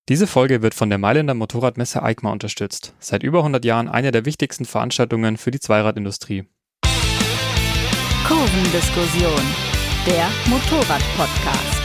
Diese Folge wird von der Mailänder Motorradmesse EICMA unterstützt. Seit über 100 Jahren eine der wichtigsten Veranstaltungen für die Zweiradindustrie. Kurvendiskussion, der Motorrad-Podcast.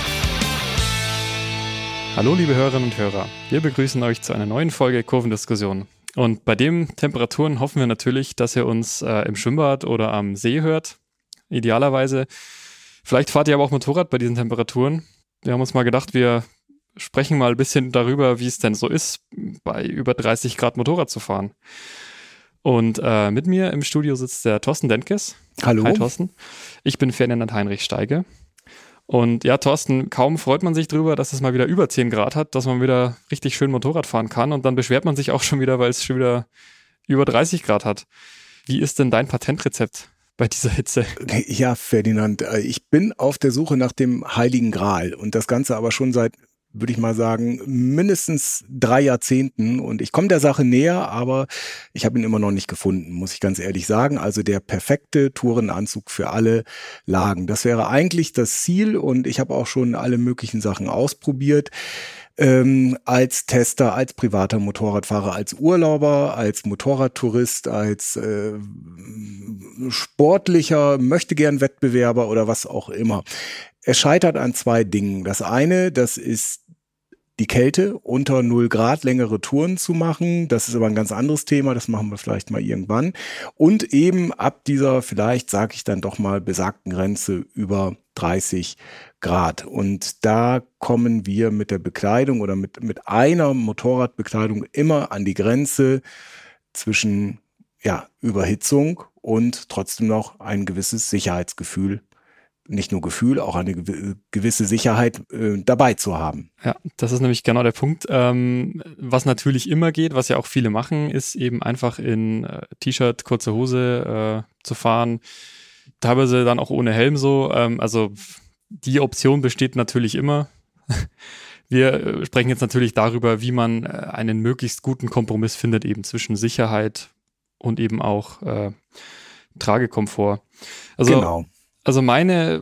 Hallo liebe Hörerinnen und Hörer, wir begrüßen euch zu einer neuen Folge Kurvendiskussion. Und bei den Temperaturen hoffen wir natürlich, dass ihr uns im Schwimmbad oder am See hört, idealerweise. Vielleicht fahrt ihr aber auch Motorrad bei diesen Temperaturen. Wir haben uns mal gedacht, wir sprechen mal ein bisschen darüber, wie es denn so ist, bei über 30 Grad Motorrad zu fahren. Und mit mir im Studio sitzt der Thorsten Denkes. Hallo. Hi Thorsten. Ich bin Ferdinand Heinrich Steige. Und ja, Thorsten, kaum freut man sich drüber, dass es mal wieder über 10 Grad hat, dass man wieder richtig schön Motorrad fahren kann. Und dann beschwert man sich auch schon wieder, weil es schon wieder über 30 Grad hat. Wie ist denn dein Patentrezept bei dieser Hitze? Ja, Ferdinand, ich bin auf der Suche nach dem Heiligen Gral und das Ganze aber schon seit, würde ich mal sagen, mindestens 3 Jahrzehnten und ich komme der Sache näher, aber ich habe ihn immer noch nicht gefunden, muss ich ganz ehrlich sagen. Also der perfekte Tourenanzug für alle Lagen. Das wäre eigentlich das Ziel und ich habe auch schon alle möglichen Sachen ausprobiert. Als Tester, als privater Motorradfahrer, als Urlauber, als Motorradtourist, als sportlicher, möchtegern Wettbewerber oder was auch immer. Es scheitert an 2 Dingen. Das eine, das ist die Kälte, unter 0 Grad längere Touren zu machen. Das ist aber ein ganz anderes Thema, das machen wir vielleicht mal irgendwann. Und eben ab dieser, vielleicht sage ich dann doch mal, besagten Grenze über 30 Grad. Und da kommen wir mit der Bekleidung oder mit einer Motorradbekleidung immer an die Grenze zwischen Überhitzung und trotzdem noch ein gewisses Sicherheitsgefühl. Nicht nur Gefühl, auch eine gewisse Sicherheit dabei zu haben. Ja, das ist nämlich genau der Punkt. Was natürlich immer geht, was ja auch viele machen, ist eben einfach in T-Shirt, kurze Hose zu fahren. Teilweise dann auch ohne Helm so. Also die Option besteht natürlich immer. Wir sprechen jetzt natürlich darüber, wie man einen möglichst guten Kompromiss findet, eben zwischen Sicherheit und eben auch Tragekomfort. Also, genau. Also meine,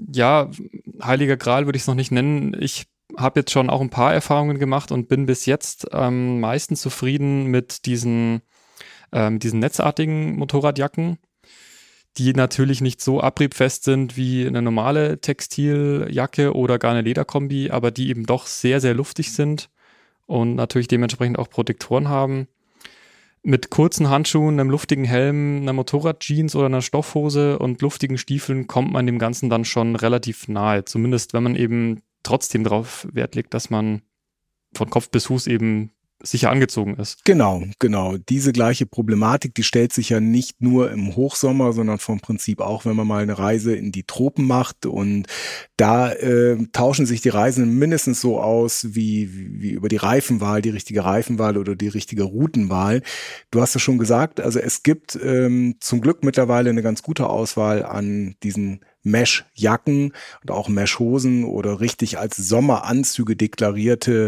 Heiliger Gral würde ich es noch nicht nennen. Ich habe jetzt schon auch ein paar Erfahrungen gemacht und bin bis jetzt meistens zufrieden mit diesen netzartigen Motorradjacken, die natürlich nicht so abriebfest sind wie eine normale Textiljacke oder gar eine Lederkombi, aber die eben doch sehr, sehr luftig sind und natürlich dementsprechend auch Protektoren haben. Mit kurzen Handschuhen, einem luftigen Helm, einer Motorradjeans oder einer Stoffhose und luftigen Stiefeln kommt man dem Ganzen dann schon relativ nahe. Zumindest wenn man eben trotzdem darauf Wert legt, dass man von Kopf bis Fuß eben sicher angezogen ist. Genau. Diese gleiche Problematik, die stellt sich ja nicht nur im Hochsommer, sondern vom Prinzip auch, wenn man mal eine Reise in die Tropen macht. Und da tauschen sich die Reisenden mindestens so aus wie über die Reifenwahl, die richtige Reifenwahl oder die richtige Routenwahl. Du hast es schon gesagt, also es gibt zum Glück mittlerweile eine ganz gute Auswahl an diesen Mesh-Jacken und auch Mesh-Hosen oder richtig als Sommeranzüge deklarierte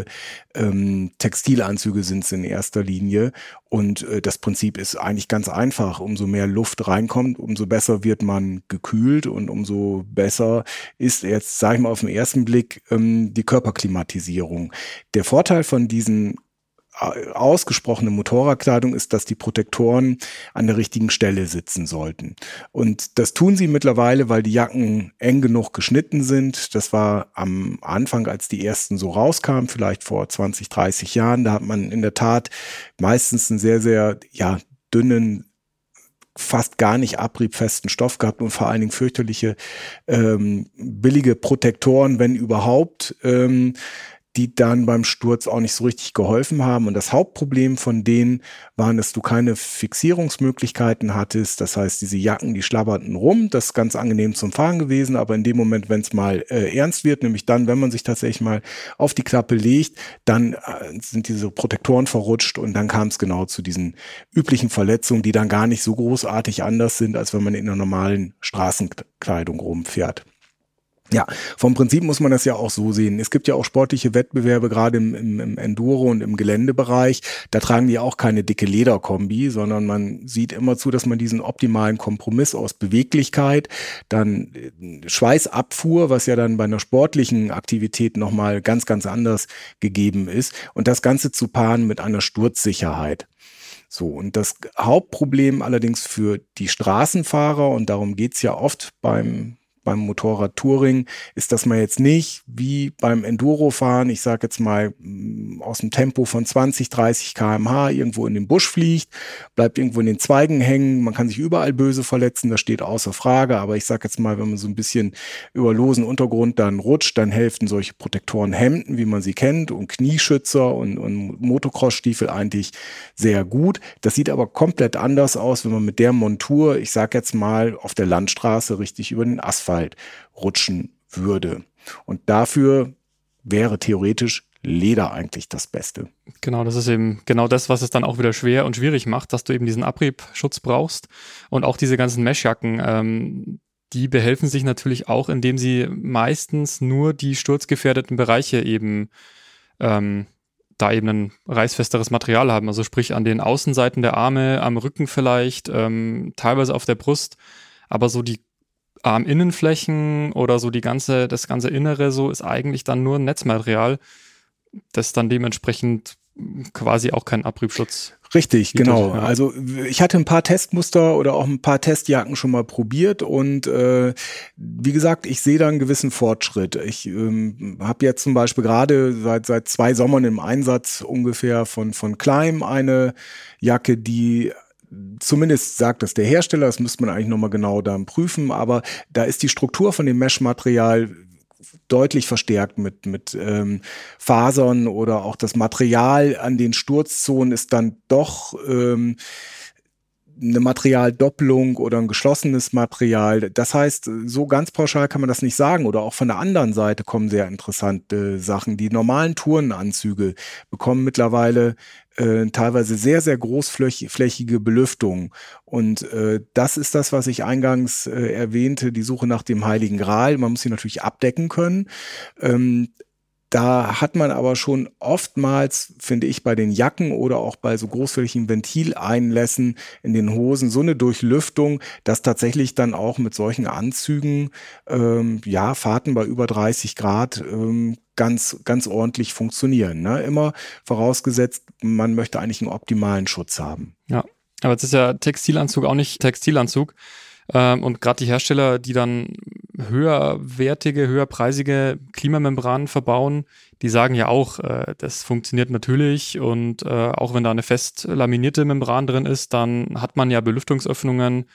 Textilanzüge sind es in erster Linie. Und das Prinzip ist eigentlich ganz einfach. Umso mehr Luft reinkommt, umso besser wird man gekühlt und umso besser ist jetzt, sage ich mal auf den ersten Blick, die Körperklimatisierung. Der Vorteil von diesen ausgesprochene Motorradkleidung ist, dass die Protektoren an der richtigen Stelle sitzen sollten. Und das tun sie mittlerweile, weil die Jacken eng genug geschnitten sind. Das war am Anfang, als die ersten so rauskamen, vielleicht vor 20, 30 Jahren. Da hat man in der Tat meistens einen sehr, sehr dünnen, fast gar nicht abriebfesten Stoff gehabt und vor allen Dingen fürchterliche billige Protektoren, wenn überhaupt, die dann beim Sturz auch nicht so richtig geholfen haben. Und das Hauptproblem von denen waren, dass du keine Fixierungsmöglichkeiten hattest. Das heißt, diese Jacken, die schlabberten rum. Das ist ganz angenehm zum Fahren gewesen. Aber in dem Moment, wenn es mal ernst wird, nämlich dann, wenn man sich tatsächlich mal auf die Klappe legt, dann sind diese Protektoren verrutscht und dann kam es genau zu diesen üblichen Verletzungen, die dann gar nicht so großartig anders sind, als wenn man in einer normalen Straßenkleidung rumfährt. Ja, vom Prinzip muss man das ja auch so sehen. Es gibt ja auch sportliche Wettbewerbe, gerade im Enduro- und im Geländebereich. Da tragen die auch keine dicke Lederkombi, sondern man sieht immer zu, dass man diesen optimalen Kompromiss aus Beweglichkeit, dann Schweißabfuhr, was ja dann bei einer sportlichen Aktivität nochmal ganz, ganz anders gegeben ist, und das Ganze zu paaren mit einer Sturzsicherheit. So, und das Hauptproblem allerdings für die Straßenfahrer, und darum geht's ja oft beim Motorrad-Touring, ist, dass man jetzt nicht wie beim Enduro-Fahren, ich sage jetzt mal aus dem Tempo von 20, 30 km/h irgendwo in den Busch fliegt, bleibt irgendwo in den Zweigen hängen, man kann sich überall böse verletzen, das steht außer Frage, aber ich sage jetzt mal, wenn man so ein bisschen über losen Untergrund dann rutscht, dann helfen solche Protektorenhemden, wie man sie kennt, und Knieschützer und Motocross-Stiefel eigentlich sehr gut. Das sieht aber komplett anders aus, wenn man mit der Montur, ich sage jetzt mal, auf der Landstraße richtig über den Asphalt rutschen würde. Und dafür wäre theoretisch Leder eigentlich das Beste. Genau, das ist eben genau das, was es dann auch wieder schwer und schwierig macht, dass du eben diesen Abriebschutz brauchst. Und auch diese ganzen Meshjacken, die behelfen sich natürlich auch, indem sie meistens nur die sturzgefährdeten Bereiche eben da eben ein reißfesteres Material haben. Also sprich an den Außenseiten der Arme, am Rücken vielleicht, teilweise auf der Brust, aber so die Arminnenflächen oder so das ganze Innere so ist eigentlich dann nur ein Netzmaterial, das dann dementsprechend quasi auch keinen Abriebschutz Richtig, bietet. genau. Ja. Also ich hatte ein paar Testmuster oder auch ein paar Testjacken schon mal probiert und wie gesagt, ich sehe da einen gewissen Fortschritt. Ich habe jetzt zum Beispiel gerade seit 2 Sommern im Einsatz ungefähr von Climb eine Jacke, die zumindest sagt das der Hersteller, das müsste man eigentlich nochmal genau dann prüfen, aber da ist die Struktur von dem Mesh-Material deutlich verstärkt mit Fasern, oder auch das Material an den Sturzzonen ist dann doch eine Materialdoppelung oder ein geschlossenes Material. Das heißt, so ganz pauschal kann man das nicht sagen. Oder auch von der anderen Seite kommen sehr interessante Sachen. Die normalen Turnanzüge bekommen mittlerweile teilweise sehr, sehr großflächige Belüftung. Und das ist das, was ich eingangs erwähnte, die Suche nach dem Heiligen Gral. Man muss sie natürlich abdecken können. Da hat man aber schon oftmals, finde ich, bei den Jacken oder auch bei so großflächigen Ventileinlässen in den Hosen so eine Durchlüftung, dass tatsächlich dann auch mit solchen Anzügen Fahrten bei über 30 Grad ganz, ganz ordentlich funktionieren. Ne? Immer vorausgesetzt, man möchte eigentlich einen optimalen Schutz haben. Ja, aber jetzt ist ja Textilanzug auch nicht Textilanzug. Und gerade die Hersteller, die dann höherwertige, höherpreisige Klimamembranen verbauen, die sagen ja auch, das funktioniert natürlich, und auch wenn da eine fest laminierte Membran drin ist, dann hat man ja Belüftungsöffnungen.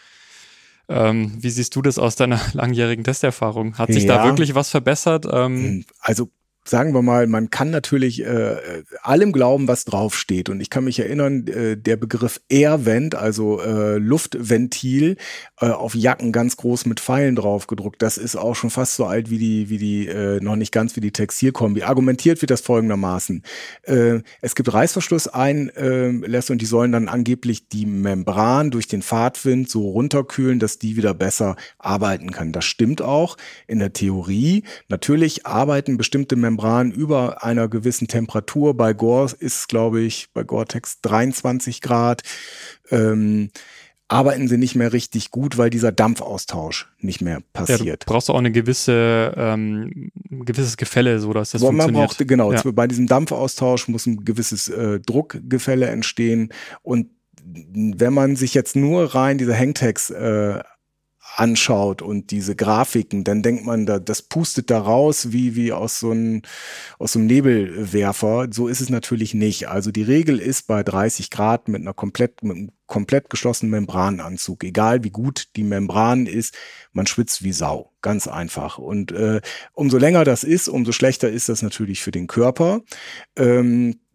Wie siehst du das aus deiner langjährigen Testerfahrung? Hat sich da wirklich was verbessert? Also sagen wir mal, man kann natürlich allem glauben, was draufsteht. Und ich kann mich erinnern, der Begriff Air-Vent, also Luftventil, auf Jacken ganz groß mit Pfeilen drauf gedruckt. Das ist auch schon fast so alt wie die noch nicht ganz wie die Textilkombi. Argumentiert wird das folgendermaßen. Es gibt Reißverschlusseinlässe und die sollen dann angeblich die Membran durch den Fahrtwind so runterkühlen, dass die wieder besser arbeiten kann. Das stimmt auch in der Theorie. Natürlich arbeiten bestimmte Membran über einer gewissen Temperatur. Bei Gore ist, glaube ich, bei Gore-Tex 23 Grad. Arbeiten sie nicht mehr richtig gut, weil dieser Dampfaustausch nicht mehr passiert. Ja, du brauchst auch ein gewisses Gefälle, so dass das funktioniert. Bei diesem Dampfaustausch muss ein gewisses Druckgefälle entstehen. Und wenn man sich jetzt nur rein diese Hangtags anschaut und diese Grafiken, dann denkt man, das pustet da raus wie aus so einem Nebelwerfer. So ist es natürlich nicht. Also die Regel ist bei 30 Grad mit einem komplett geschlossenen Membrananzug, egal wie gut die Membran ist, man schwitzt wie Sau. Ganz einfach. Und umso länger das ist, umso schlechter ist das natürlich für den Körper.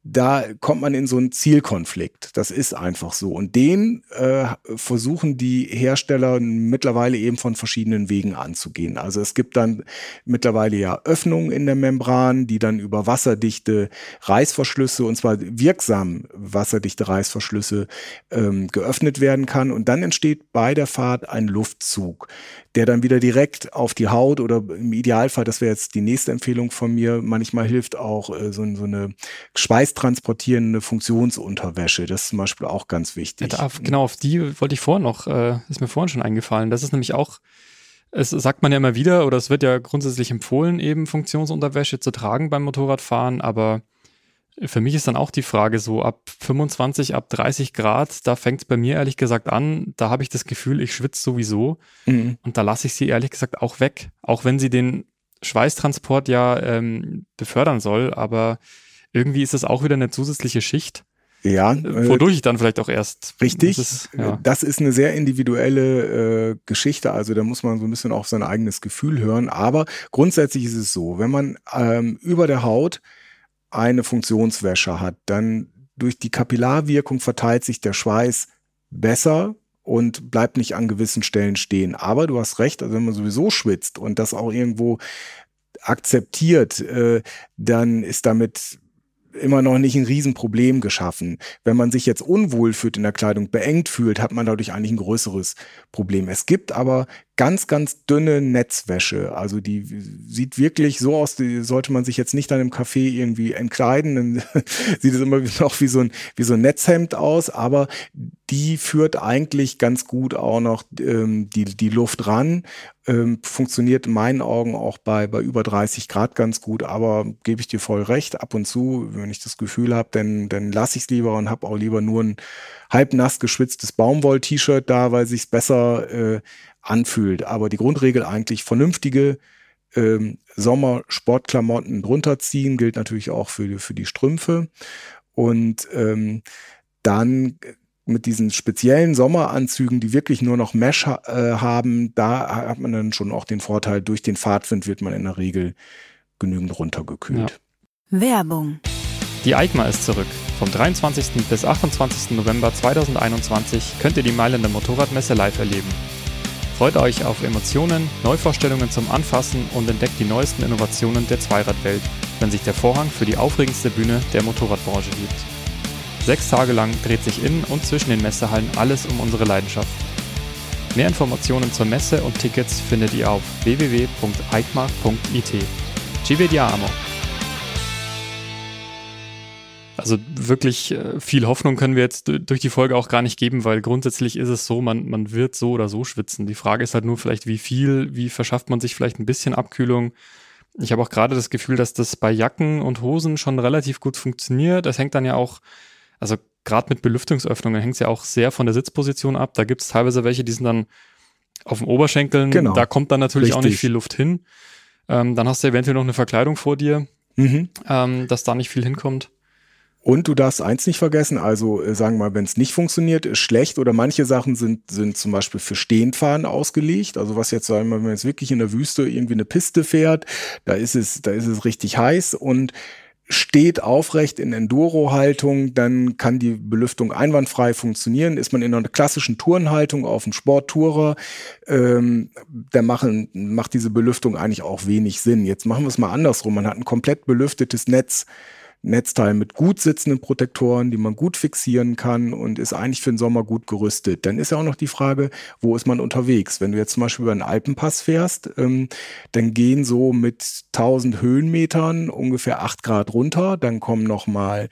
da kommt man in so einen Zielkonflikt. Das ist einfach so. Und den versuchen die Hersteller mittlerweile eben von verschiedenen Wegen anzugehen. Also es gibt dann mittlerweile ja Öffnungen in der Membran, die dann über wasserdichte Reißverschlüsse, und zwar wirksam wasserdichte Reißverschlüsse, geöffnet werden kann. Und dann entsteht bei der Fahrt ein Luftzug, der dann wieder direkt auf die Haut oder im Idealfall, das wäre jetzt die nächste Empfehlung von mir, manchmal hilft auch so eine schweißtransportierende Funktionsunterwäsche. Das ist zum Beispiel auch ganz wichtig. Ja, genau, auf die wollte ich vorhin noch, ist mir vorhin schon eingefallen. Das ist nämlich auch, es sagt man ja immer wieder, oder es wird ja grundsätzlich empfohlen, eben Funktionsunterwäsche zu tragen beim Motorradfahren, aber für mich ist dann auch die Frage so, ab 25, ab 30 Grad, da fängt es bei mir ehrlich gesagt an, da habe ich das Gefühl, ich schwitze sowieso und da lasse ich sie ehrlich gesagt auch weg, auch wenn sie den Schweißtransport ja befördern soll, aber irgendwie ist es auch wieder eine zusätzliche Schicht. Ja, wodurch ich dann vielleicht auch erst. Richtig. Das ist eine sehr individuelle Geschichte. Also da muss man so ein bisschen auf sein eigenes Gefühl hören. Aber grundsätzlich ist es so, wenn man über der Haut eine Funktionswäsche hat, dann durch die Kapillarwirkung verteilt sich der Schweiß besser und bleibt nicht an gewissen Stellen stehen. Aber du hast recht, also wenn man sowieso schwitzt und das auch irgendwo akzeptiert, dann ist damit immer noch nicht ein Riesenproblem geschaffen. Wenn man sich jetzt unwohl fühlt in der Kleidung, beengt fühlt, hat man dadurch eigentlich ein größeres Problem. Es gibt aber ganz, ganz dünne Netzwäsche. Also die sieht wirklich so aus, die sollte man sich jetzt nicht dann im Café irgendwie entkleiden. Dann sieht es immer noch wie so ein Netzhemd aus, aber die führt eigentlich ganz gut auch noch die Luft ran. Funktioniert in meinen Augen auch bei über 30 Grad ganz gut, aber gebe ich dir voll recht, ab und zu, wenn ich das Gefühl habe, dann lasse ich es lieber und habe auch lieber nur ein halb nass geschwitztes Baumwoll-T-Shirt da, weil sich's besser anfühlt. Aber die Grundregel eigentlich vernünftige Sommer-Sportklamotten drunter ziehen, gilt natürlich auch für die Strümpfe. Und dann mit diesen speziellen Sommeranzügen, die wirklich nur noch Mesh haben, da hat man dann schon auch den Vorteil, durch den Fahrtwind wird man in der Regel genügend runtergekühlt. Ja. Werbung. Die EICMA ist zurück. Vom 23. bis 28. November 2021 könnt ihr die Mailänder Motorradmesse live erleben. Freut euch auf Emotionen, Neuvorstellungen zum Anfassen und entdeckt die neuesten Innovationen der Zweiradwelt, wenn sich der Vorhang für die aufregendste Bühne der Motorradbranche hebt. 6 Tage lang dreht sich in und zwischen den Messehallen alles um unsere Leidenschaft. Mehr Informationen zur Messe und Tickets findet ihr auf www.eicma.it. Ci vediamo! Also wirklich viel Hoffnung können wir jetzt durch die Folge auch gar nicht geben, weil grundsätzlich ist es so, man wird so oder so schwitzen. Die Frage ist halt nur vielleicht, wie verschafft man sich vielleicht ein bisschen Abkühlung. Ich habe auch gerade das Gefühl, dass das bei Jacken und Hosen schon relativ gut funktioniert. Das hängt dann ja auch, also gerade mit Belüftungsöffnungen hängt es ja auch sehr von der Sitzposition ab. Da gibt es teilweise welche, die sind dann auf den Oberschenkeln. Genau. Da kommt dann natürlich auch nicht viel Luft hin. Dann hast du eventuell noch eine Verkleidung vor dir, dass da nicht viel hinkommt. Und du darfst eins nicht vergessen, also sagen wir mal, wenn es nicht funktioniert, ist schlecht oder manche Sachen sind zum Beispiel für Stehenfahren ausgelegt. Also was jetzt, sagen wir mal, wenn man jetzt wirklich in der Wüste irgendwie eine Piste fährt, da ist es richtig heiß und steht aufrecht in Enduro-Haltung, dann kann die Belüftung einwandfrei funktionieren. Ist man in einer klassischen Turnhaltung auf einem Sporttourer, da macht diese Belüftung eigentlich auch wenig Sinn. Jetzt machen wir es mal andersrum. Man hat ein komplett belüftetes Netzteil mit gut sitzenden Protektoren, die man gut fixieren kann und ist eigentlich für den Sommer gut gerüstet. Dann ist ja auch noch die Frage, wo ist man unterwegs? Wenn du jetzt zum Beispiel über einen Alpenpass fährst, dann gehen so mit 1000 Höhenmetern ungefähr 8 Grad runter, dann kommen nochmal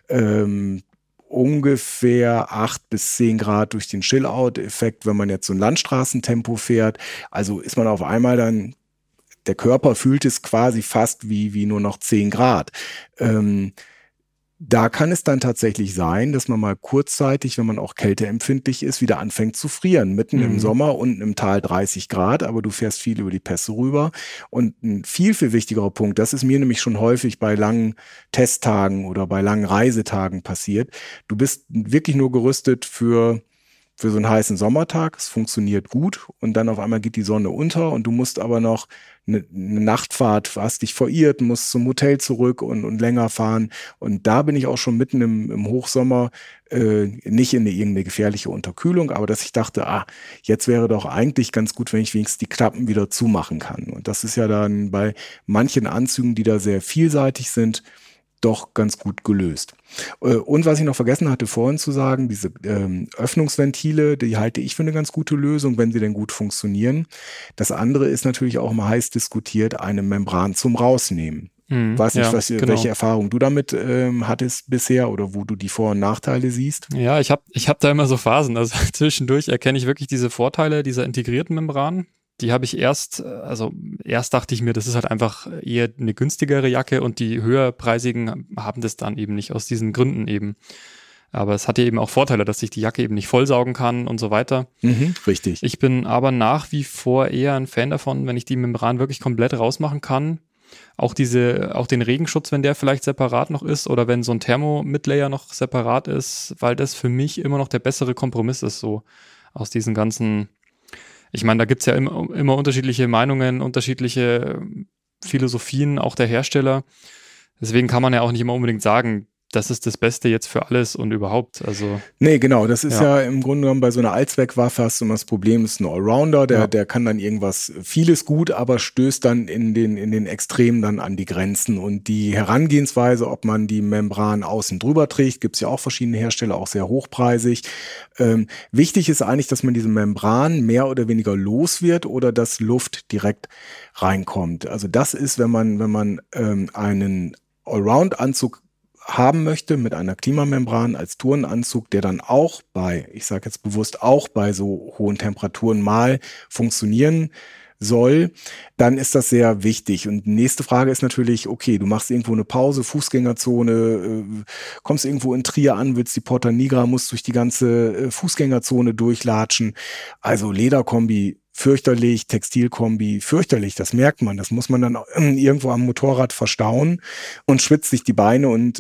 ungefähr 8 bis 10 Grad durch den Chill-Out-Effekt, wenn man jetzt so ein Landstraßentempo fährt. Also ist man auf einmal dann, der Körper fühlt es quasi fast wie nur noch 10 Grad. Da kann es dann tatsächlich sein, dass man mal kurzzeitig, wenn man auch kälteempfindlich ist, wieder anfängt zu frieren. Mitten im Sommer, unten im Tal 30 Grad, aber du fährst viel über die Pässe rüber. Und ein viel, viel wichtigerer Punkt, das ist mir nämlich schon häufig bei langen Testtagen oder bei langen Reisetagen passiert. Du bist wirklich nur gerüstet für für so einen heißen Sommertag, es funktioniert gut und dann auf einmal geht die Sonne unter und du musst aber noch eine Nachtfahrt, hast dich verirrt, musst zum Hotel zurück und länger fahren. Und da bin ich auch schon mitten im Hochsommer nicht in irgendeine gefährliche Unterkühlung, aber dass ich dachte, jetzt wäre doch eigentlich ganz gut, wenn ich wenigstens die Klappen wieder zumachen kann. Und das ist ja dann bei manchen Anzügen, die da sehr vielseitig sind, doch ganz gut gelöst. Und was ich noch vergessen hatte vorhin zu sagen, diese Öffnungsventile, die halte ich für eine ganz gute Lösung, wenn sie denn gut funktionieren. Das andere ist natürlich auch mal heiß diskutiert, eine Membran zum Rausnehmen. Weiß nicht, welche Erfahrung du damit hattest bisher oder wo du die Vor- und Nachteile siehst. Ja, ich hab da immer so Phasen. Also zwischendurch erkenne ich wirklich diese Vorteile dieser integrierten Membran. Die habe ich erst dachte ich mir, das ist halt einfach eher eine günstigere Jacke und die höherpreisigen haben das dann eben nicht aus diesen Gründen eben. Aber es hat ja eben auch Vorteile, dass ich die Jacke eben nicht vollsaugen kann und so weiter. Richtig. Ich bin aber nach wie vor eher ein Fan davon, wenn ich die Membran wirklich komplett rausmachen kann. Auch den Regenschutz, wenn der vielleicht separat noch ist oder wenn so ein Thermo-Midlayer noch separat ist, weil das für mich immer noch der bessere Kompromiss ist, so aus diesen ganzen. Ich meine, da gibt's ja immer unterschiedliche Meinungen, unterschiedliche Philosophien, auch der Hersteller. Deswegen kann man ja auch nicht immer unbedingt sagen, das ist das Beste jetzt für alles und überhaupt. Also nee, genau, das ist ja im Grunde genommen bei so einer Allzweckwaffe hast du immer das Problem, ist ein Allrounder, der kann dann vieles gut, aber stößt dann in den Extremen dann an die Grenzen. Und die Herangehensweise, ob man die Membran außen drüber trägt, gibt's ja auch verschiedene Hersteller, auch sehr hochpreisig. Wichtig ist eigentlich, dass man diese Membran mehr oder weniger los wird oder dass Luft direkt reinkommt. Also das ist, wenn man einen Allround-Anzug haben möchte mit einer Klimamembran als Turnanzug, der dann auch ich sage jetzt bewusst auch bei so hohen Temperaturen mal funktionieren soll, dann ist das sehr wichtig. Und die nächste Frage ist natürlich, okay, du machst irgendwo eine Pause, Fußgängerzone, kommst irgendwo in Trier an, willst die Porta Nigra, musst durch die ganze Fußgängerzone durchlatschen. Also Lederkombi fürchterlich, Textilkombi fürchterlich, das merkt man. Das muss man dann irgendwo am Motorrad verstauen und schwitzt sich die Beine und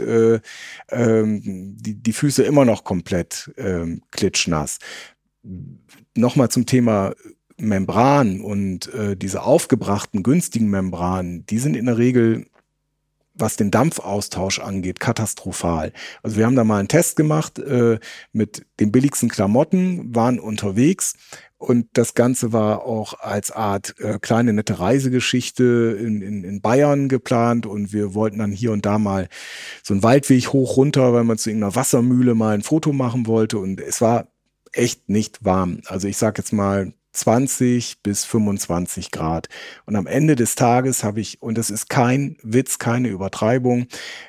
die Füße immer noch komplett klitschnass. Nochmal zum Thema Membran und diese aufgebrachten, günstigen Membranen, die sind in der Regel, was den Dampfaustausch angeht, katastrophal. Also wir haben da mal einen Test gemacht mit den billigsten Klamotten, waren unterwegs und das Ganze war auch als Art kleine nette Reisegeschichte in Bayern geplant und wir wollten dann hier und da mal so einen Waldweg hoch runter, weil man zu irgendeiner Wassermühle mal ein Foto machen wollte und es war echt nicht warm. Also ich sag jetzt mal 20 bis 25 Grad. Und am Ende des Tages habe ich, und das ist kein Witz, keine Übertreibung,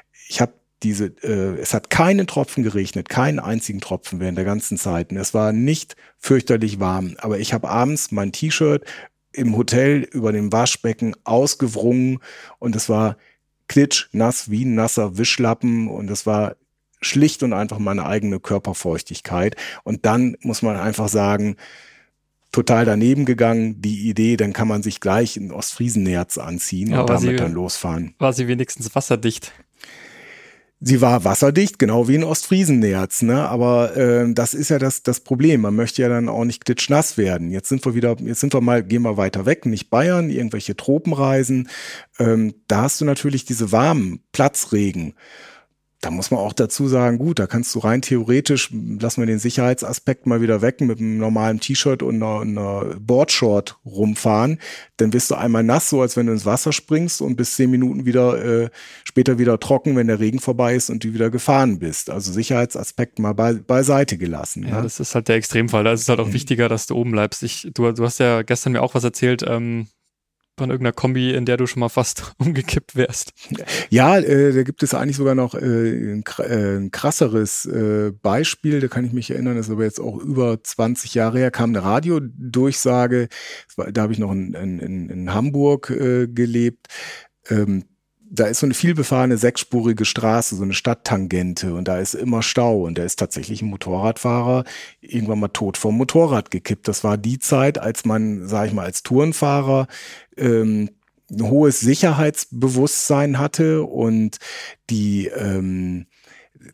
es hat keinen Tropfen geregnet, keinen einzigen Tropfen während der ganzen Zeit. Und es war nicht fürchterlich warm. Aber ich habe abends mein T-Shirt im Hotel über dem Waschbecken ausgewrungen und es war klitschnass wie ein nasser Wischlappen und es war schlicht und einfach meine eigene Körperfeuchtigkeit. Und dann muss man einfach sagen, total daneben gegangen, die Idee, dann kann man sich gleich ein Ostfriesennerz anziehen und damit dann losfahren. War sie wenigstens wasserdicht? Sie war wasserdicht, genau wie ein Ostfriesennerz, ne? Aber das ist ja das Problem. Man möchte ja dann auch nicht klitschnass werden. Gehen wir weiter weg, nicht Bayern, irgendwelche Tropenreisen. Da hast du natürlich diese warmen Platzregen. Da muss man auch dazu sagen, gut, da kannst du rein theoretisch, lassen wir den Sicherheitsaspekt mal wieder weg, mit einem normalen T-Shirt und einer Boardshort rumfahren. Dann wirst du einmal nass, so als wenn du ins Wasser springst und bis 10 Minuten später wieder trocken, wenn der Regen vorbei ist und du wieder gefahren bist. Also Sicherheitsaspekt mal beiseite gelassen. Ja, das ist halt der Extremfall. Da ist es halt auch wichtiger, dass du oben bleibst. Du hast ja gestern mir auch was erzählt, von irgendeiner Kombi, in der du schon mal fast umgekippt wärst. Ja, da gibt es eigentlich sogar noch ein krasseres Beispiel, da kann ich mich erinnern, das ist aber jetzt auch über 20 Jahre her, kam eine Radiodurchsage, da habe ich noch in Hamburg gelebt, da ist so eine vielbefahrene 6-spurige Straße, so eine Stadttangente und da ist immer Stau und da ist tatsächlich ein Motorradfahrer irgendwann mal tot vom Motorrad gekippt. Das war die Zeit, als man, sag ich mal, als Tourenfahrer ein hohes Sicherheitsbewusstsein hatte und die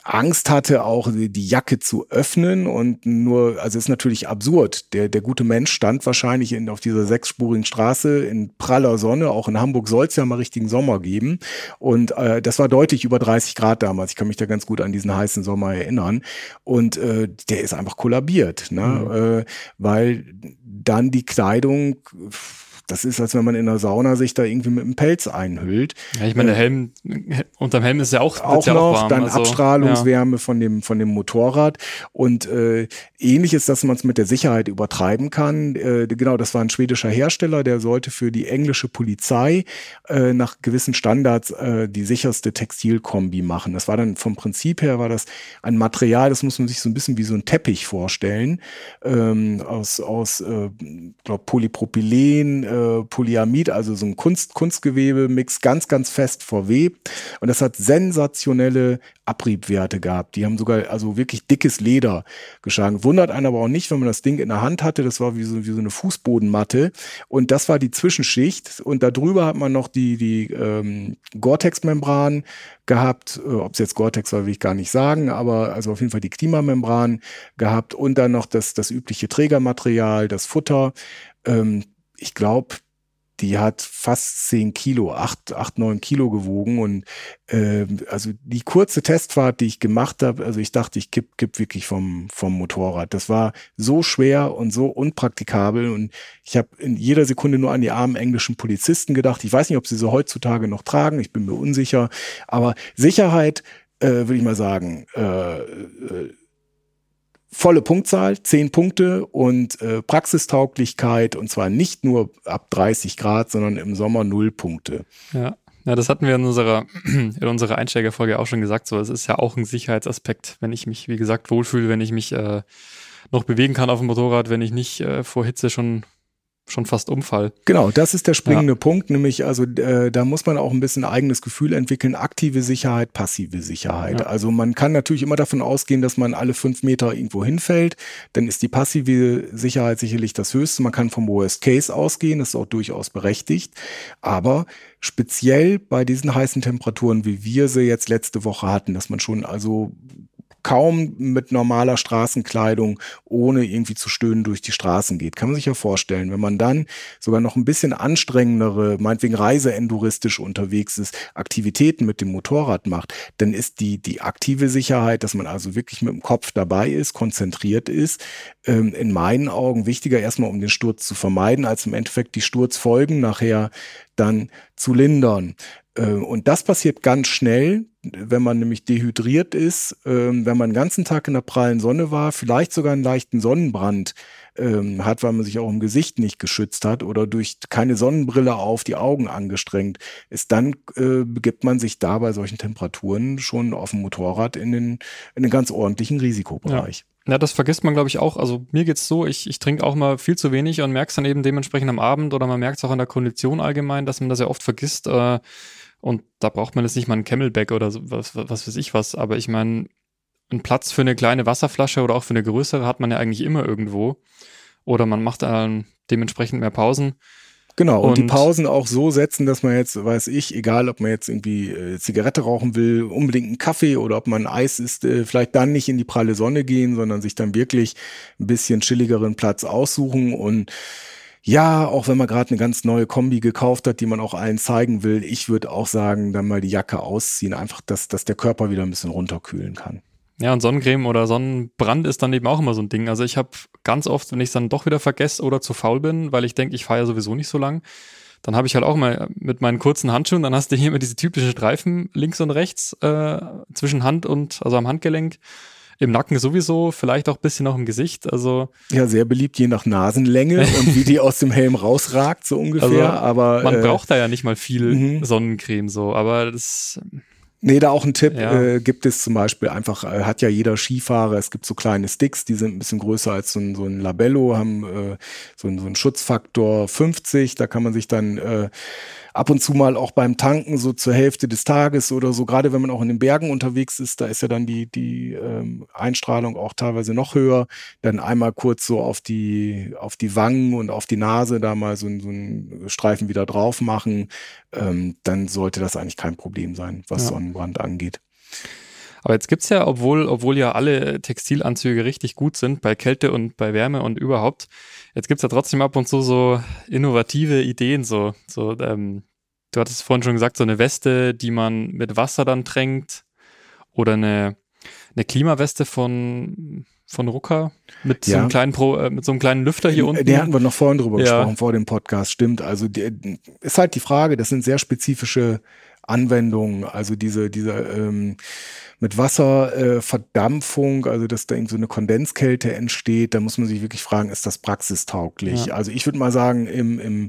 Angst hatte, auch die Jacke zu öffnen und nur, also ist natürlich absurd. Der gute Mensch stand wahrscheinlich auf dieser 6-spurigen Straße in praller Sonne. Auch in Hamburg soll es ja mal richtigen Sommer geben. Und das war deutlich über 30 Grad damals. Ich kann mich da ganz gut an diesen heißen Sommer erinnern. Und der ist einfach kollabiert, ne? Weil dann die Kleidung, das ist, als wenn man in der Sauna sich da irgendwie mit einem Pelz einhüllt. Ja, ich meine, der Helm, unterm Helm ist ja auch noch warm, dann also, Abstrahlungswärme von dem Motorrad und ähnlich ist, dass man es mit der Sicherheit übertreiben kann. Genau, das war ein schwedischer Hersteller, der sollte für die englische Polizei nach gewissen Standards die sicherste Textilkombi machen. Das war dann vom Prinzip her, war das ein Material, das muss man sich so ein bisschen wie so ein Teppich vorstellen, aus glaub, Polypropylen, Polyamid, also so ein Kunstgewebe-Mix, ganz, ganz fest verwebt. Und das hat sensationelle Abriebwerte gehabt. Die haben sogar also wirklich dickes Leder geschlagen. Wundert einen aber auch nicht, wenn man das Ding in der Hand hatte. Das war wie so eine Fußbodenmatte. Und das war die Zwischenschicht. Und darüber hat man noch die Gore-Tex-Membran gehabt. Ob es jetzt Gore-Tex war, will ich gar nicht sagen. Aber also auf jeden Fall die Klimamembran gehabt. Und dann noch das übliche Trägermaterial, das Futter. Ich glaube, die hat fast 10 Kilo, 8, 9 Kilo gewogen und also die kurze Testfahrt, die ich gemacht habe, also ich dachte, ich kipp wirklich vom Motorrad. Das war so schwer und so unpraktikabel und ich habe in jeder Sekunde nur an die armen englischen Polizisten gedacht. Ich weiß nicht, ob sie sie heutzutage noch tragen, ich bin mir unsicher, aber Sicherheit, würde ich mal sagen, volle Punktzahl, 10 Punkte und Praxistauglichkeit und zwar nicht nur ab 30 Grad, sondern im Sommer 0 Punkte. Ja, das hatten wir in unserer Einsteigerfolge auch schon gesagt. So, es ist ja auch ein Sicherheitsaspekt, wenn ich mich, wie gesagt, wohlfühle, wenn ich mich noch bewegen kann auf dem Motorrad, wenn ich nicht vor Hitze schon fast umfall. Genau, das ist der springende Punkt, nämlich also da muss man auch ein bisschen eigenes Gefühl entwickeln, aktive Sicherheit, passive Sicherheit. Ja. Also man kann natürlich immer davon ausgehen, dass man alle 5 Meter irgendwo hinfällt, dann ist die passive Sicherheit sicherlich das Höchste. Man kann vom Worst Case ausgehen, das ist auch durchaus berechtigt, aber speziell bei diesen heißen Temperaturen, wie wir sie jetzt letzte Woche hatten, dass man schon also kaum mit normaler Straßenkleidung, ohne irgendwie zu stöhnen, durch die Straßen geht. Kann man sich ja vorstellen, wenn man dann sogar noch ein bisschen anstrengendere, meinetwegen reiseenduristisch unterwegs ist, Aktivitäten mit dem Motorrad macht, dann ist die aktive Sicherheit, dass man also wirklich mit dem Kopf dabei ist, konzentriert ist, in meinen Augen wichtiger, erstmal um den Sturz zu vermeiden, als im Endeffekt die Sturzfolgen nachher dann zu lindern. Und das passiert ganz schnell, wenn man nämlich dehydriert ist, wenn man den ganzen Tag in der prallen Sonne war, vielleicht sogar einen leichten Sonnenbrand hat, weil man sich auch im Gesicht nicht geschützt hat oder durch keine Sonnenbrille auf die Augen angestrengt ist, dann begibt man sich da bei solchen Temperaturen schon auf dem Motorrad in den ganz ordentlichen Risikobereich. Ja, das vergisst man, glaube ich, auch. Also mir geht's so, ich trinke auch mal viel zu wenig und merke es dann eben dementsprechend am Abend oder man merkt es auch an der Kondition allgemein, dass man das ja oft vergisst. Und da braucht man jetzt nicht mal einen Camelback oder so, was weiß ich was. Aber ich meine, einen Platz für eine kleine Wasserflasche oder auch für eine größere hat man ja eigentlich immer irgendwo. Oder man macht dementsprechend mehr Pausen. Genau, und die Pausen auch so setzen, dass man jetzt, weiß ich, egal ob man jetzt irgendwie Zigarette rauchen will, unbedingt einen Kaffee oder ob man Eis isst, vielleicht dann nicht in die pralle Sonne gehen, sondern sich dann wirklich ein bisschen chilligeren Platz aussuchen. Und ja, auch wenn man gerade eine ganz neue Kombi gekauft hat, die man auch allen zeigen will, ich würde auch sagen, dann mal die Jacke ausziehen, einfach, dass der Körper wieder ein bisschen runterkühlen kann. Ja, und Sonnencreme oder Sonnenbrand ist dann eben auch immer so ein Ding. Also ich habe ganz oft, wenn ich es dann doch wieder vergesse oder zu faul bin, weil ich denke, ich fahre ja sowieso nicht so lang, dann habe ich halt auch mal mit meinen kurzen Handschuhen, dann hast du hier immer diese typische Streifen links und rechts zwischen Hand und, also am Handgelenk, im Nacken sowieso, vielleicht auch ein bisschen noch im Gesicht. Also ja, sehr beliebt, je nach Nasenlänge und wie die aus dem Helm rausragt, so ungefähr. Also, aber man braucht da ja nicht mal viel Sonnencreme so, aber das... Nee, da auch ein Tipp gibt es zum Beispiel einfach, hat ja jeder Skifahrer, es gibt so kleine Sticks, die sind ein bisschen größer als so ein Labello, haben so einen Schutzfaktor 50, da kann man sich dann ab und zu mal auch beim Tanken so zur Hälfte des Tages oder so, gerade wenn man auch in den Bergen unterwegs ist, da ist ja dann die Einstrahlung auch teilweise noch höher, dann einmal kurz so auf die Wangen und auf die Nase da mal so einen Streifen wieder drauf machen, dann sollte das eigentlich kein Problem sein, was Sonnenbrand angeht. Aber jetzt gibt's ja, obwohl ja alle Textilanzüge richtig gut sind, bei Kälte und bei Wärme und überhaupt, jetzt gibt's ja trotzdem ab und zu so innovative Ideen, du hattest vorhin schon gesagt, so eine Weste, die man mit Wasser dann tränkt, oder eine Klimaweste von Rucker mit so einem kleinen Lüfter hier unten. Der hatten wir noch vorhin drüber gesprochen, vor dem Podcast, stimmt. Also ist halt die Frage, das sind sehr spezifische Anwendungen, also diese mit Wasserverdampfung, also dass da so eine Kondenskälte entsteht, da muss man sich wirklich fragen, ist das praxistauglich? Ja. Also ich würde mal sagen, im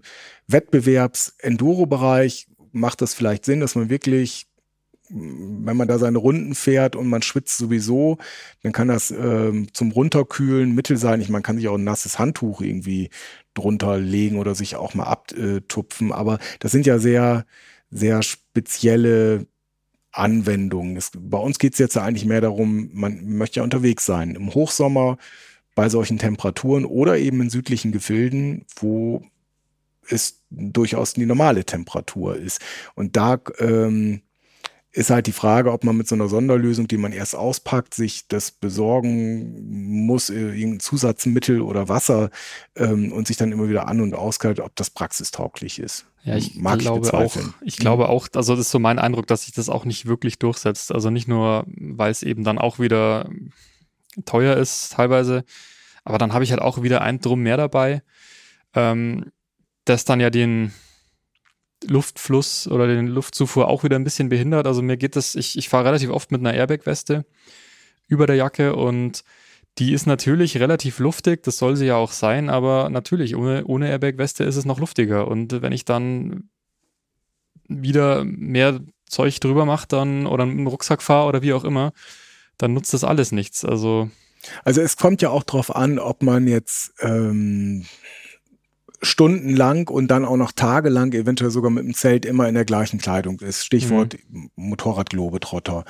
Wettbewerbs-Enduro-Bereich macht das vielleicht Sinn, dass man wirklich, wenn man da seine Runden fährt und man schwitzt sowieso, dann kann das zum Runterkühlen Mittel sein. Man kann sich auch ein nasses Handtuch irgendwie drunter legen oder sich auch mal abtupfen, aber das sind ja sehr, sehr spezielle Anwendungen. Bei uns geht es jetzt ja eigentlich mehr darum, man möchte ja unterwegs sein. Im Hochsommer bei solchen Temperaturen oder eben in südlichen Gefilden, wo es durchaus die normale Temperatur ist. Und da ist halt die Frage, ob man mit so einer Sonderlösung, die man erst auspackt, sich das besorgen muss, irgendein Zusatzmittel oder Wasser und sich dann immer wieder an- und auskalt, ob das praxistauglich ist. Ja, ich glaube auch, also das ist so mein Eindruck, dass sich das auch nicht wirklich durchsetzt. Also nicht nur, weil es eben dann auch wieder teuer ist teilweise, aber dann habe ich halt auch wieder ein Drum mehr dabei, das dann ja den Luftfluss oder den Luftzufuhr auch wieder ein bisschen behindert. Also mir geht das, ich fahre relativ oft mit einer Airbag-Weste über der Jacke und die ist natürlich relativ luftig, das soll sie ja auch sein, aber natürlich, ohne Airbag-Weste ist es noch luftiger. Und wenn ich dann wieder mehr Zeug drüber mache dann oder mit dem Rucksack fahre oder wie auch immer, dann nutzt das alles nichts. Also es kommt ja auch drauf an, ob man jetzt stundenlang und dann auch noch tagelang, eventuell sogar mit dem Zelt immer in der gleichen Kleidung ist. Stichwort Motorrad-Globetrotter.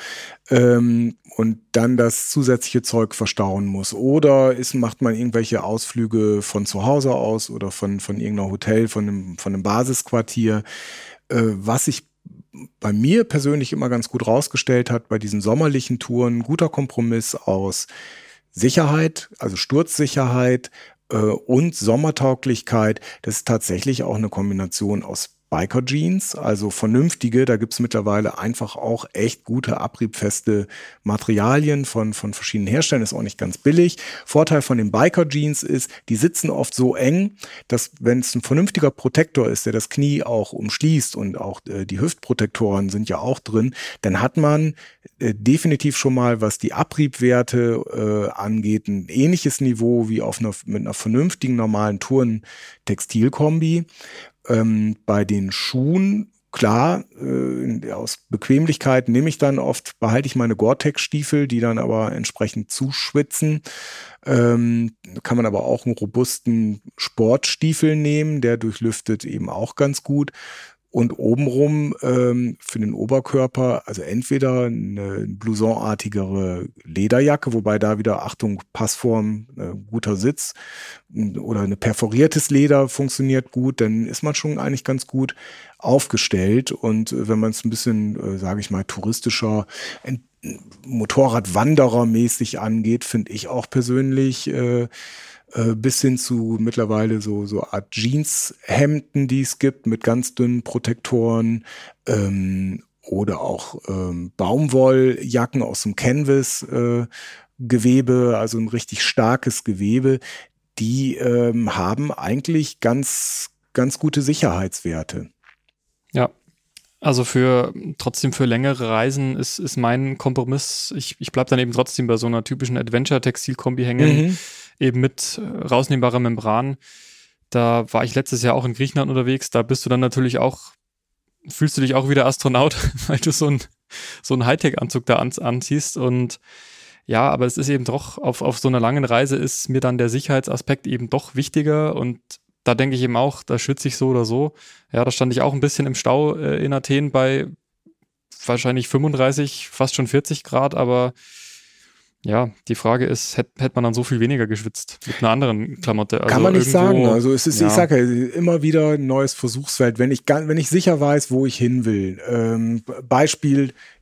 Und dann das zusätzliche Zeug verstauen muss. Oder macht man irgendwelche Ausflüge von zu Hause aus oder von irgendeinem Hotel, von einem Basisquartier. Was sich bei mir persönlich immer ganz gut rausgestellt hat, bei diesen sommerlichen Touren, guter Kompromiss aus Sicherheit, also Sturzsicherheit, und Sommertauglichkeit, das ist tatsächlich auch eine Kombination aus Biker-Jeans, also vernünftige, da gibt es mittlerweile einfach auch echt gute abriebfeste Materialien von verschiedenen Herstellern, ist auch nicht ganz billig. Vorteil von den Biker-Jeans ist, die sitzen oft so eng, dass wenn es ein vernünftiger Protektor ist, der das Knie auch umschließt und auch die Hüftprotektoren sind ja auch drin, dann hat man definitiv schon mal, was die Abriebwerte angeht, ein ähnliches Niveau wie mit einer vernünftigen normalen Touren-Textilkombi. Bei den Schuhen, klar, aus Bequemlichkeit behalte ich meine Gore-Tex-Stiefel, die dann aber entsprechend zuschwitzen. Kann man aber auch einen robusten Sportstiefel nehmen, der durchlüftet eben auch ganz gut. Und obenrum für den Oberkörper, also entweder eine blouson-artigere Lederjacke, wobei da wieder, Achtung, Passform, guter Sitz, oder eine perforiertes Leder funktioniert gut, dann ist man schon eigentlich ganz gut aufgestellt. Und wenn man es ein bisschen, sage ich mal, touristischer, Motorradwanderer-mäßig angeht, finde ich auch persönlich bis hin zu mittlerweile so Art Jeanshemden, die es gibt, mit ganz dünnen Protektoren, oder auch Baumwolljacken aus dem Canvas-Gewebe, also ein richtig starkes Gewebe, die haben eigentlich ganz, ganz gute Sicherheitswerte. Ja, also trotzdem für längere Reisen ist mein Kompromiss, ich bleibe dann eben trotzdem bei so einer typischen Adventure-Textil-Kombi hängen, eben mit rausnehmbarer Membran. Da war ich letztes Jahr auch in Griechenland unterwegs, da bist du dann natürlich auch, fühlst du dich auch wieder Astronaut, weil du so einen Hightech-Anzug da anziehst und ja, aber es ist eben doch, auf so einer langen Reise ist mir dann der Sicherheitsaspekt eben doch wichtiger und da denke ich eben auch, da schwitze ich so oder so. Ja, da stand ich auch ein bisschen im Stau in Athen bei wahrscheinlich 35, fast schon 40 Grad, aber ja, die Frage ist, hätte man dann so viel weniger geschwitzt mit einer anderen Klamotte? Also kann man nicht sagen. Also es ist, ja. Ich sage ja, immer wieder ein neues Versuchsfeld. Wenn ich sicher weiß, wo ich hin will. Beispiel,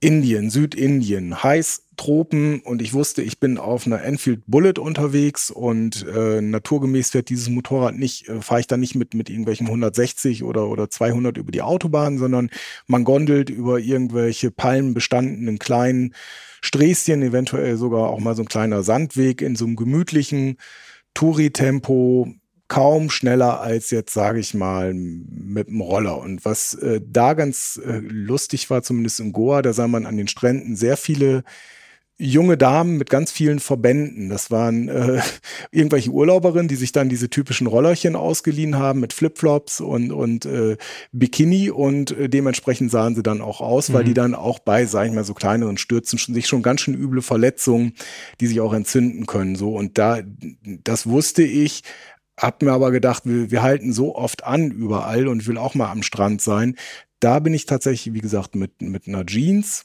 Indien, Südindien, heiß, Tropen, und ich wusste, ich bin auf einer Enfield Bullet unterwegs und naturgemäß fährt dieses Motorrad nicht, fahre ich dann nicht mit irgendwelchen 160 oder 200 über die Autobahn, sondern man gondelt über irgendwelche palmenbestandenen kleinen Sträßchen, eventuell sogar auch mal so ein kleiner Sandweg in so einem gemütlichen Touri-Tempo, kaum schneller als jetzt, sage ich mal, mit dem Roller. Und was da ganz lustig war, zumindest in Goa, da sah man an den Stränden sehr viele junge Damen mit ganz vielen Verbänden. Das waren irgendwelche Urlauberinnen, die sich dann diese typischen Rollerchen ausgeliehen haben mit Flipflops und Bikini, und dementsprechend sahen sie dann auch aus, weil die dann auch bei, sag ich mal, so kleineren Stürzen sich schon ganz schön üble Verletzungen, die sich auch entzünden können. So, und das wusste ich. Hab mir aber gedacht, wir halten so oft an überall und will auch mal am Strand sein. Da bin ich tatsächlich, wie gesagt, mit einer Jeans,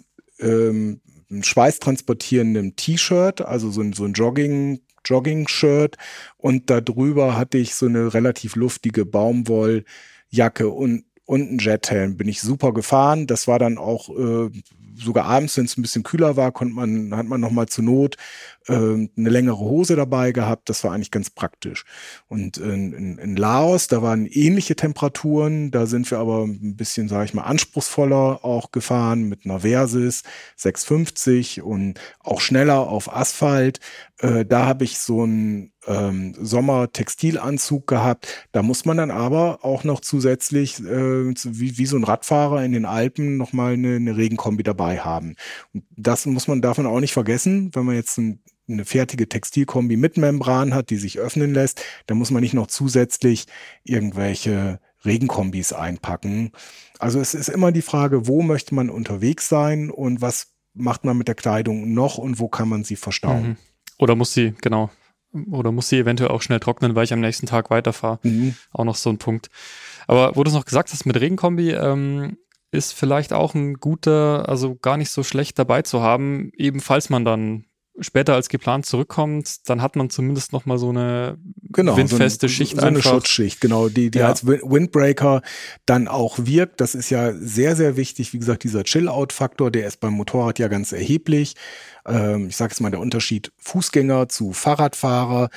schweißtransportierendem T-Shirt, also so ein Jogging-Shirt, und da drüber hatte ich so eine relativ luftige Baumwolljacke und ein Jethelm. Bin ich super gefahren. Das war dann auch sogar abends, wenn es ein bisschen kühler war, hat man noch mal zur Not eine längere Hose dabei gehabt. Das war eigentlich ganz praktisch. Und in Laos, da waren ähnliche Temperaturen. Da sind wir aber ein bisschen, sage ich mal, anspruchsvoller auch gefahren mit einer Versys 650 und auch schneller auf Asphalt. Da habe ich so einen Sommertextilanzug gehabt. Da muss man dann aber auch noch zusätzlich, wie so ein Radfahrer in den Alpen, nochmal eine Regenkombi dabei haben. Und darf man auch nicht vergessen, wenn man jetzt eine fertige Textilkombi mit Membran hat, die sich öffnen lässt, dann muss man nicht noch zusätzlich irgendwelche Regenkombis einpacken. Also es ist immer die Frage, wo möchte man unterwegs sein und was macht man mit der Kleidung noch und wo kann man sie verstauen. Oder muss sie eventuell auch schnell trocknen, weil ich am nächsten Tag weiterfahre. Auch noch so ein Punkt. Aber wo du es noch gesagt hast, mit Regenkombi, ist vielleicht auch ein guter, also gar nicht so schlecht dabei zu haben, eben falls man dann später als geplant zurückkommt, dann hat man zumindest noch mal so eine windfeste Schicht so eine Schutzschicht, genau, die als Windbreaker dann auch wirkt. Das ist ja sehr, sehr wichtig. Wie gesagt, dieser Chill-Out-Faktor, der ist beim Motorrad ja ganz erheblich. Ich sage jetzt mal, der Unterschied Fußgänger zu Fahrradfahrer,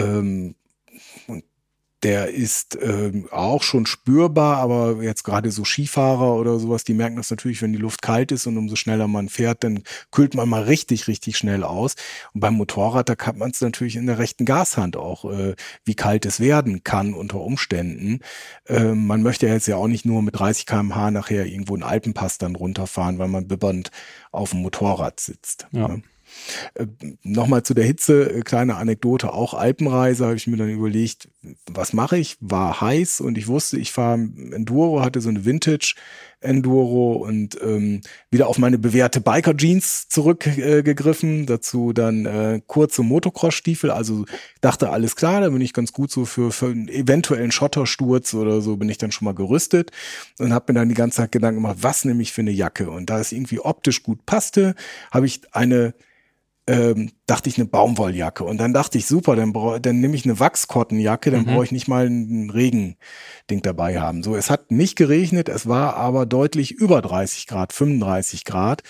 und der ist auch schon spürbar, aber jetzt gerade so Skifahrer oder sowas, die merken das natürlich, wenn die Luft kalt ist, und umso schneller man fährt, dann kühlt man mal richtig, richtig schnell aus. Und beim Motorrad, da kann man es natürlich in der rechten Gashand auch, wie kalt es werden kann unter Umständen. Man möchte ja jetzt ja auch nicht nur mit 30 km/h nachher irgendwo einen Alpenpass dann runterfahren, weil man bibbernd auf dem Motorrad sitzt. Ja. Ne? Nochmal zu der Hitze, kleine Anekdote, auch Alpenreise, habe ich mir dann überlegt, was mache ich? War heiß und ich wusste, ich fahre Enduro, hatte so eine Vintage Enduro und wieder auf meine bewährte Biker-Jeans zurückgegriffen, dazu dann kurze Motocross-Stiefel, also dachte, alles klar, da bin ich ganz gut so für einen eventuellen Schottersturz oder so, bin ich dann schon mal gerüstet und habe mir dann die ganze Zeit Gedanken gemacht, was nehme ich für eine Jacke, und da es irgendwie optisch gut passte, habe ich dachte ich eine Baumwolljacke, und dann dachte ich, super, dann nehme ich eine Wachskottenjacke, dann brauche ich nicht mal ein Regending dabei haben. So, es hat nicht geregnet, es war aber deutlich über 30 Grad, 35 Grad.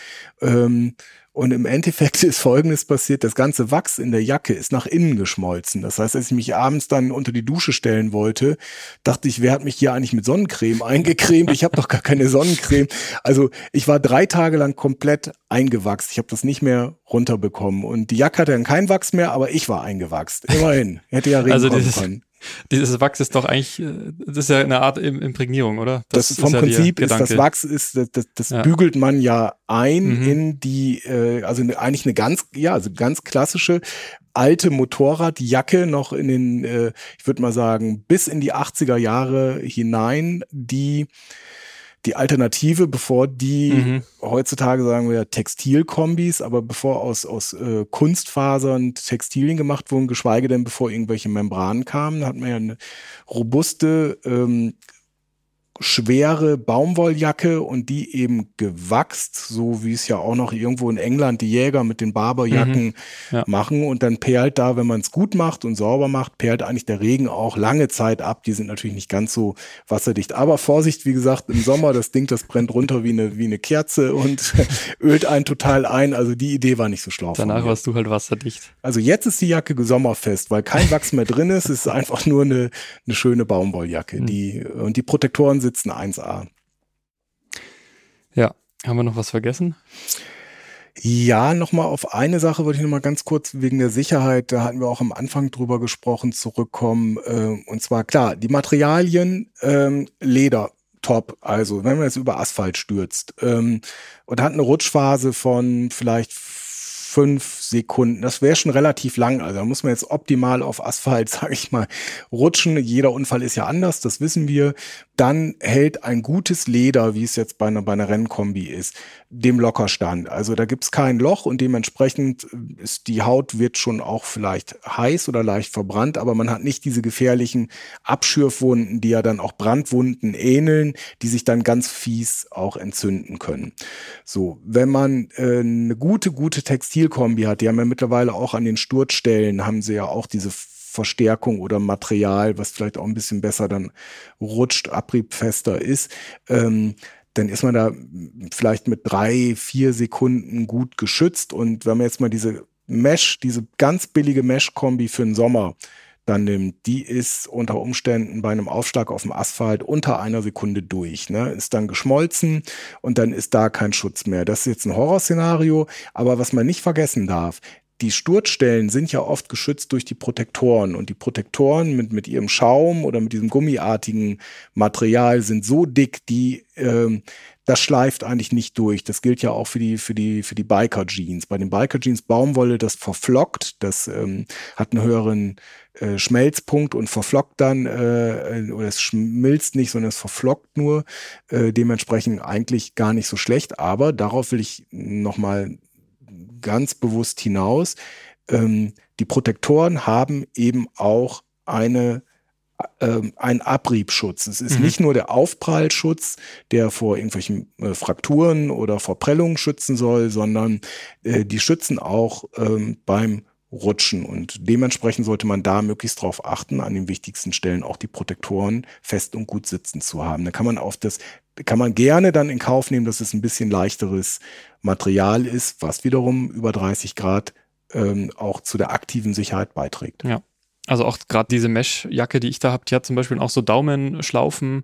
Und im Endeffekt ist Folgendes passiert: Das ganze Wachs in der Jacke ist nach innen geschmolzen. Das heißt, als ich mich abends dann unter die Dusche stellen wollte, dachte ich, wer hat mich hier eigentlich mit Sonnencreme eingecremt? Ich habe doch gar keine Sonnencreme. Also ich war 3 Tage lang komplett eingewachst. Ich habe das nicht mehr runterbekommen. Und die Jacke hatte dann kein Wachs mehr, aber ich war eingewachst. Immerhin. Hätte ja Regen kommen können. Dieses Wachs ist doch eigentlich, das ist ja eine Art Imprägnierung, oder? Das vom ja Prinzip ist das Wachs, das bügelt man ja ein in die, also eigentlich eine ganz klassische alte Motorradjacke noch in den, ich würde mal sagen, bis in die 80er Jahre hinein, die Alternative, bevor die heutzutage sagen wir Textilkombis, aber bevor aus Kunstfasern Textilien gemacht wurden, geschweige denn bevor irgendwelche Membranen kamen, hat man ja eine robuste schwere Baumwolljacke und die eben gewachst, so wie es ja auch noch irgendwo in England die Jäger mit den Barberjacken machen, und dann perlt da, wenn man es gut macht und sauber macht, perlt eigentlich der Regen auch lange Zeit ab. Die sind natürlich nicht ganz so wasserdicht, aber Vorsicht, wie gesagt, im Sommer, das Ding, das brennt runter wie eine Kerze und ölt einen total ein, also die Idee war nicht so schlau. Danach warst du halt wasserdicht. Also jetzt ist die Jacke sommerfest, weil kein Wachs mehr drin ist, es ist einfach nur eine schöne Baumwolljacke, und die Protektoren sitzen 1A. Ja, haben wir noch was vergessen? Ja, nochmal auf eine Sache wollte ich nochmal ganz kurz wegen der Sicherheit, da hatten wir auch am Anfang drüber gesprochen, zurückkommen. Und zwar klar, die Materialien, Leder, top. Also wenn man jetzt über Asphalt stürzt und hat eine Rutschphase von vielleicht 5 Sekunden. Das wäre schon relativ lang. Also da muss man jetzt optimal auf Asphalt, sage ich mal, rutschen. Jeder Unfall ist ja anders, das wissen wir. Dann hält ein gutes Leder, wie es jetzt bei einer Rennkombi ist, dem Lockerstand. Also da gibt's kein Loch und dementsprechend ist die Haut wird schon auch vielleicht heiß oder leicht verbrannt, aber man hat nicht diese gefährlichen Abschürfwunden, die ja dann auch Brandwunden ähneln, die sich dann ganz fies auch entzünden können. So, wenn man eine gute Textilkombi hat, die haben ja mittlerweile auch an den Sturzstellen, haben sie ja auch diese Verstärkung oder Material, was vielleicht auch ein bisschen besser dann rutscht, abriebfester ist, dann ist man da vielleicht mit 3-4 Sekunden gut geschützt. Und wenn man jetzt mal diese ganz billige Mesh-Kombi für den Sommer dann nimmt, die ist unter Umständen bei einem Aufschlag auf dem Asphalt unter 1 Sekunde durch, ne? Ist dann geschmolzen und dann ist da kein Schutz mehr. Das ist jetzt ein Horrorszenario, aber was man nicht vergessen darf, die Sturzstellen sind ja oft geschützt durch die Protektoren und die Protektoren mit ihrem Schaum oder mit diesem gummiartigen Material sind so dick, das schleift eigentlich nicht durch. Das gilt ja auch für die Biker-Jeans. Bei den Biker-Jeans Baumwolle, das verflockt, das hat einen höheren Schmelzpunkt und verflockt dann, oder es schmilzt nicht, sondern es verflockt nur. Dementsprechend eigentlich gar nicht so schlecht, aber darauf will ich nochmal ganz bewusst hinaus. Die Protektoren haben eben auch einen Abriebschutz. Es ist nicht nur der Aufprallschutz, der vor irgendwelchen Frakturen oder vor Prellungen schützen soll, sondern die schützen auch beim Rutschen. Und dementsprechend sollte man da möglichst drauf achten, an den wichtigsten Stellen auch die Protektoren fest und gut sitzen zu haben. Da kann man gerne dann in Kauf nehmen, dass es ein bisschen leichteres Material ist, was wiederum über 30 Grad auch zu der aktiven Sicherheit beiträgt. Ja, also auch gerade diese Mesh-Jacke, die ich da habe, die hat zum Beispiel auch so Daumenschlaufen.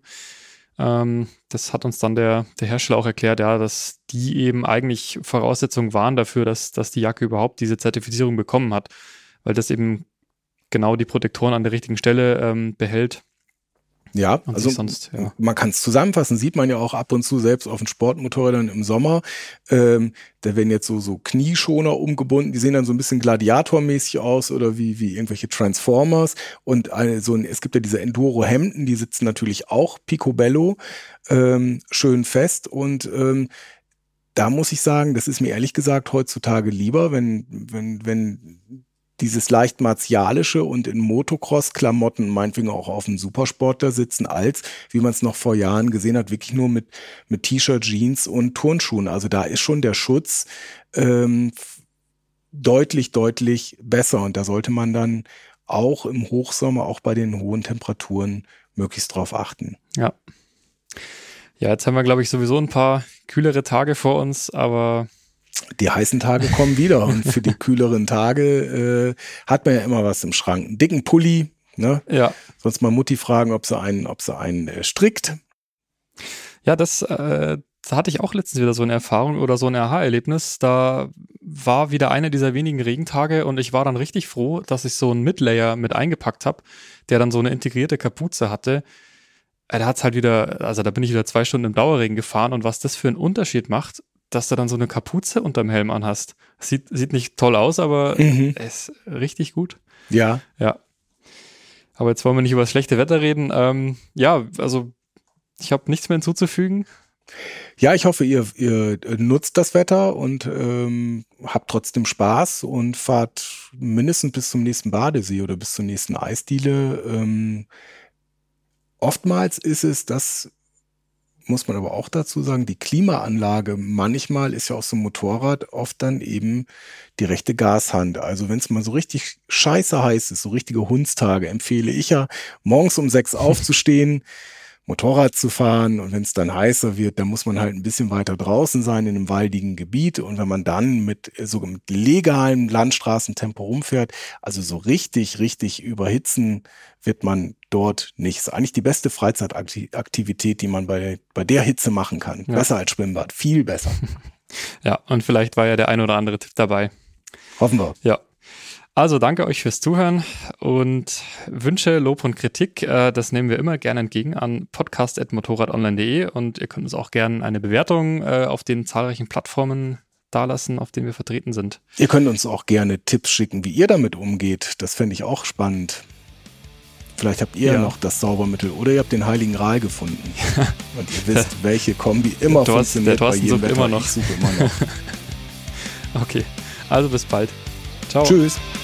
Das hat uns dann der Hersteller auch erklärt, ja, dass die eben eigentlich Voraussetzungen waren dafür, dass die Jacke überhaupt diese Zertifizierung bekommen hat, weil das eben genau die Protektoren an der richtigen Stelle behält. Ja, und also sonst, ja. Man kann es zusammenfassen, sieht man ja auch ab und zu selbst auf den Sportmotorrädern im Sommer. Da werden jetzt so Knieschoner umgebunden, die sehen dann so ein bisschen gladiatormäßig aus oder wie irgendwelche Transformers. Und es gibt ja diese Enduro-Hemden, die sitzen natürlich auch picobello, schön fest. Und da muss ich sagen, das ist mir ehrlich gesagt heutzutage lieber, wenn dieses leicht martialische und in Motocross-Klamotten, meinetwegen auch auf dem Supersportler sitzen, als, wie man es noch vor Jahren gesehen hat, wirklich nur mit T-Shirt, Jeans und Turnschuhen. Also da ist schon der Schutz deutlich besser. Und da sollte man dann auch im Hochsommer, auch bei den hohen Temperaturen, möglichst drauf achten. Ja. Ja, jetzt haben wir, glaube ich, sowieso ein paar kühlere Tage vor uns, aber die heißen Tage kommen wieder und für die kühleren Tage hat man ja immer was im Schrank. Einen dicken Pulli, ne? Ja. Sonst mal Mutti fragen, ob sie einen strickt. Ja, da hatte ich auch letztens wieder so eine Erfahrung oder so ein Aha-Erlebnis. Da war wieder einer dieser wenigen Regentage und ich war dann richtig froh, dass ich so einen Midlayer mit eingepackt habe, der dann so eine integrierte Kapuze hatte. Da hat's halt wieder, also da bin ich wieder 2 Stunden im Dauerregen gefahren und was das für einen Unterschied macht, dass du dann so eine Kapuze unterm Helm anhast. Sieht nicht toll aus, aber ist richtig gut. Ja. Ja. Aber jetzt wollen wir nicht über das schlechte Wetter reden. Ja, also ich habe nichts mehr hinzuzufügen. Ja, ich hoffe, ihr nutzt das Wetter und habt trotzdem Spaß und fahrt mindestens bis zum nächsten Badesee oder bis zur nächsten Eisdiele. Oftmals ist es, dass muss man aber auch dazu sagen, die Klimaanlage manchmal ist ja auf so einem Motorrad oft dann eben die rechte Gashand. Also wenn es mal so richtig scheiße heiß ist, so richtige Hundstage, empfehle ich ja, morgens um 6 aufzustehen, Motorrad zu fahren, und wenn es dann heißer wird, dann muss man halt ein bisschen weiter draußen sein in einem waldigen Gebiet, und wenn man dann mit legalem Landstraßentempo rumfährt, also so richtig überhitzen wird man dort nicht. Ist eigentlich die beste Freizeitaktivität, die man bei der Hitze machen kann. Ja. Besser als Schwimmbad, viel besser. Ja, und vielleicht war ja der ein oder andere Tipp dabei. Hoffen wir. Ja. Also danke euch fürs Zuhören und Wünsche, Lob und Kritik, das nehmen wir immer gerne entgegen an podcast@motorradonline.de, und ihr könnt uns auch gerne eine Bewertung auf den zahlreichen Plattformen dalassen, auf denen wir vertreten sind. Ihr könnt uns auch gerne Tipps schicken, wie ihr damit umgeht. Das fände ich auch spannend. Vielleicht habt ihr noch das Saubermittel oder ihr habt den Heiligen Gral gefunden. Und ihr wisst, welche Kombi immer funktioniert bei jedem Wetter. Immer noch. Ich suche immer noch. Okay, also bis bald. Ciao. Tschüss.